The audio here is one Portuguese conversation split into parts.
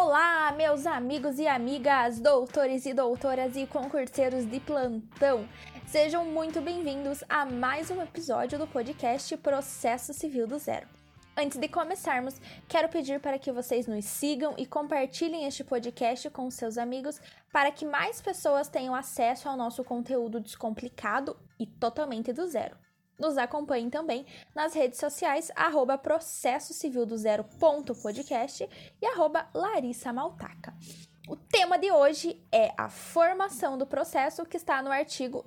Olá, meus amigos e amigas, doutores e doutoras e concurseiros de plantão. Sejam muito bem-vindos a mais um episódio do podcast Processo Civil do Zero. Antes de começarmos, quero pedir para que vocês nos sigam e compartilhem este podcast com seus amigos para que mais pessoas tenham acesso ao nosso conteúdo descomplicado e totalmente do zero. Nos acompanhem também nas redes sociais, @processocivildozero.podcast e @LarissaMaltaca. O tema de hoje é a formação do processo, que está no artigo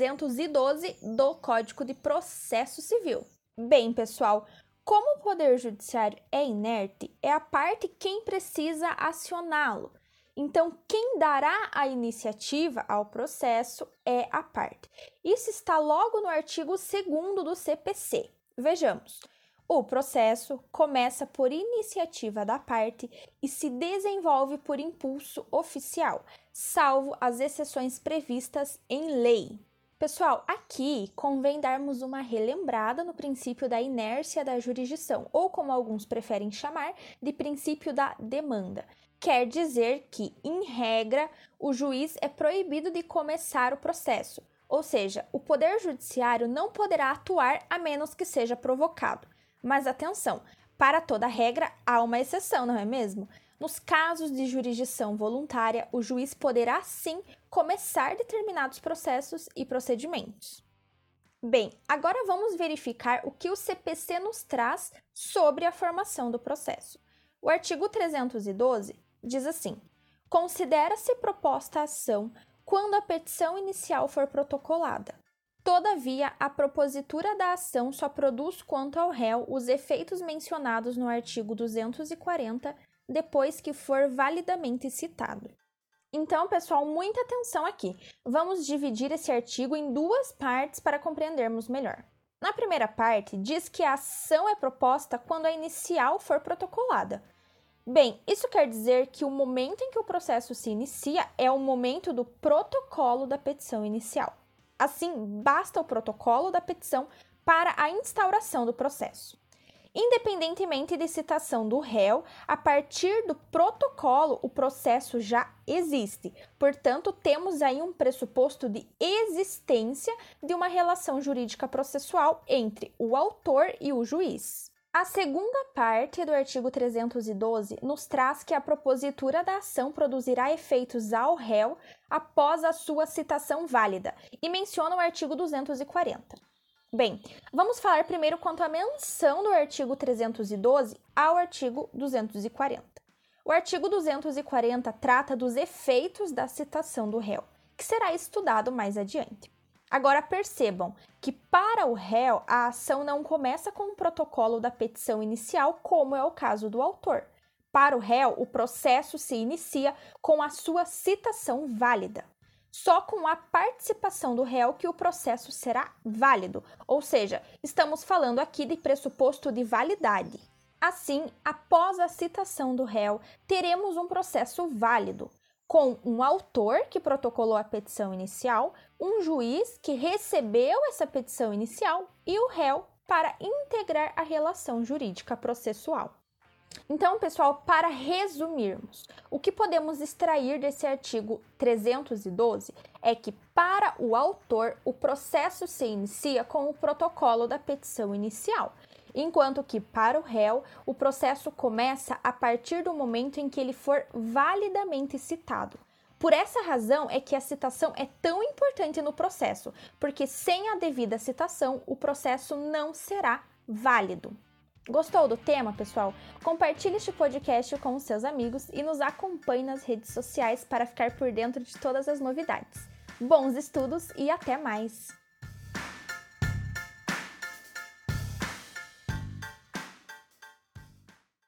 312 do Código de Processo Civil. Bem, pessoal, como o Poder Judiciário é inerte, é a parte quem precisa acioná-lo. Então, quem dará a iniciativa ao processo é a parte. Isso está logo no artigo 2º do CPC. Vejamos. O processo começa por iniciativa da parte e se desenvolve por impulso oficial, salvo as exceções previstas em lei. Pessoal, aqui convém darmos uma relembrada no princípio da inércia da jurisdição, ou como alguns preferem chamar, de princípio da demanda. Quer dizer que, em regra, o juiz é proibido de começar o processo, ou seja, o Poder Judiciário não poderá atuar a menos que seja provocado. Mas atenção, para toda regra há uma exceção, não é mesmo? Nos casos de jurisdição voluntária, o juiz poderá sim começar determinados processos e procedimentos. Bem, agora vamos verificar o que o CPC nos traz sobre a formação do processo. O artigo 312 diz assim: considera-se proposta a ação quando a petição inicial for protocolada. Todavia, a propositura da ação só produz quanto ao réu os efeitos mencionados no artigo 240, depois que for validamente citado. Então, pessoal, muita atenção aqui. Vamos dividir esse artigo em duas partes para compreendermos melhor. Na primeira parte, diz que a ação é proposta quando a inicial for protocolada. Bem, isso quer dizer que o momento em que o processo se inicia é o momento do protocolo da petição inicial. Assim, basta o protocolo da petição para a instauração do processo. Independentemente de citação do réu, a partir do protocolo, o processo já existe. Portanto, temos aí um pressuposto de existência de uma relação jurídica processual entre o autor e o juiz. A segunda parte do artigo 312 nos traz que a propositura da ação produzirá efeitos ao réu após a sua citação válida e menciona o artigo 240. Bem, vamos falar primeiro quanto à menção do artigo 312 ao artigo 240. O artigo 240 trata dos efeitos da citação do réu, que será estudado mais adiante. Agora percebam que para o réu a ação não começa com o protocolo da petição inicial, como é o caso do autor. Para o réu, o processo se inicia com a sua citação válida. Só com a participação do réu que o processo será válido, ou seja, estamos falando aqui de pressuposto de validade. Assim, após a citação do réu, teremos um processo válido, com um autor que protocolou a petição inicial, um juiz que recebeu essa petição inicial e o réu para integrar a relação jurídica processual. Então, pessoal, para resumirmos, o que podemos extrair desse artigo 312 é que, para o autor, o processo se inicia com o protocolo da petição inicial, enquanto que, para o réu, o processo começa a partir do momento em que ele for validamente citado. Por essa razão é que a citação é tão importante no processo, porque sem a devida citação, o processo não será válido. Gostou do tema, pessoal? Compartilhe este podcast com os seus amigos e nos acompanhe nas redes sociais para ficar por dentro de todas as novidades. Bons estudos e até mais!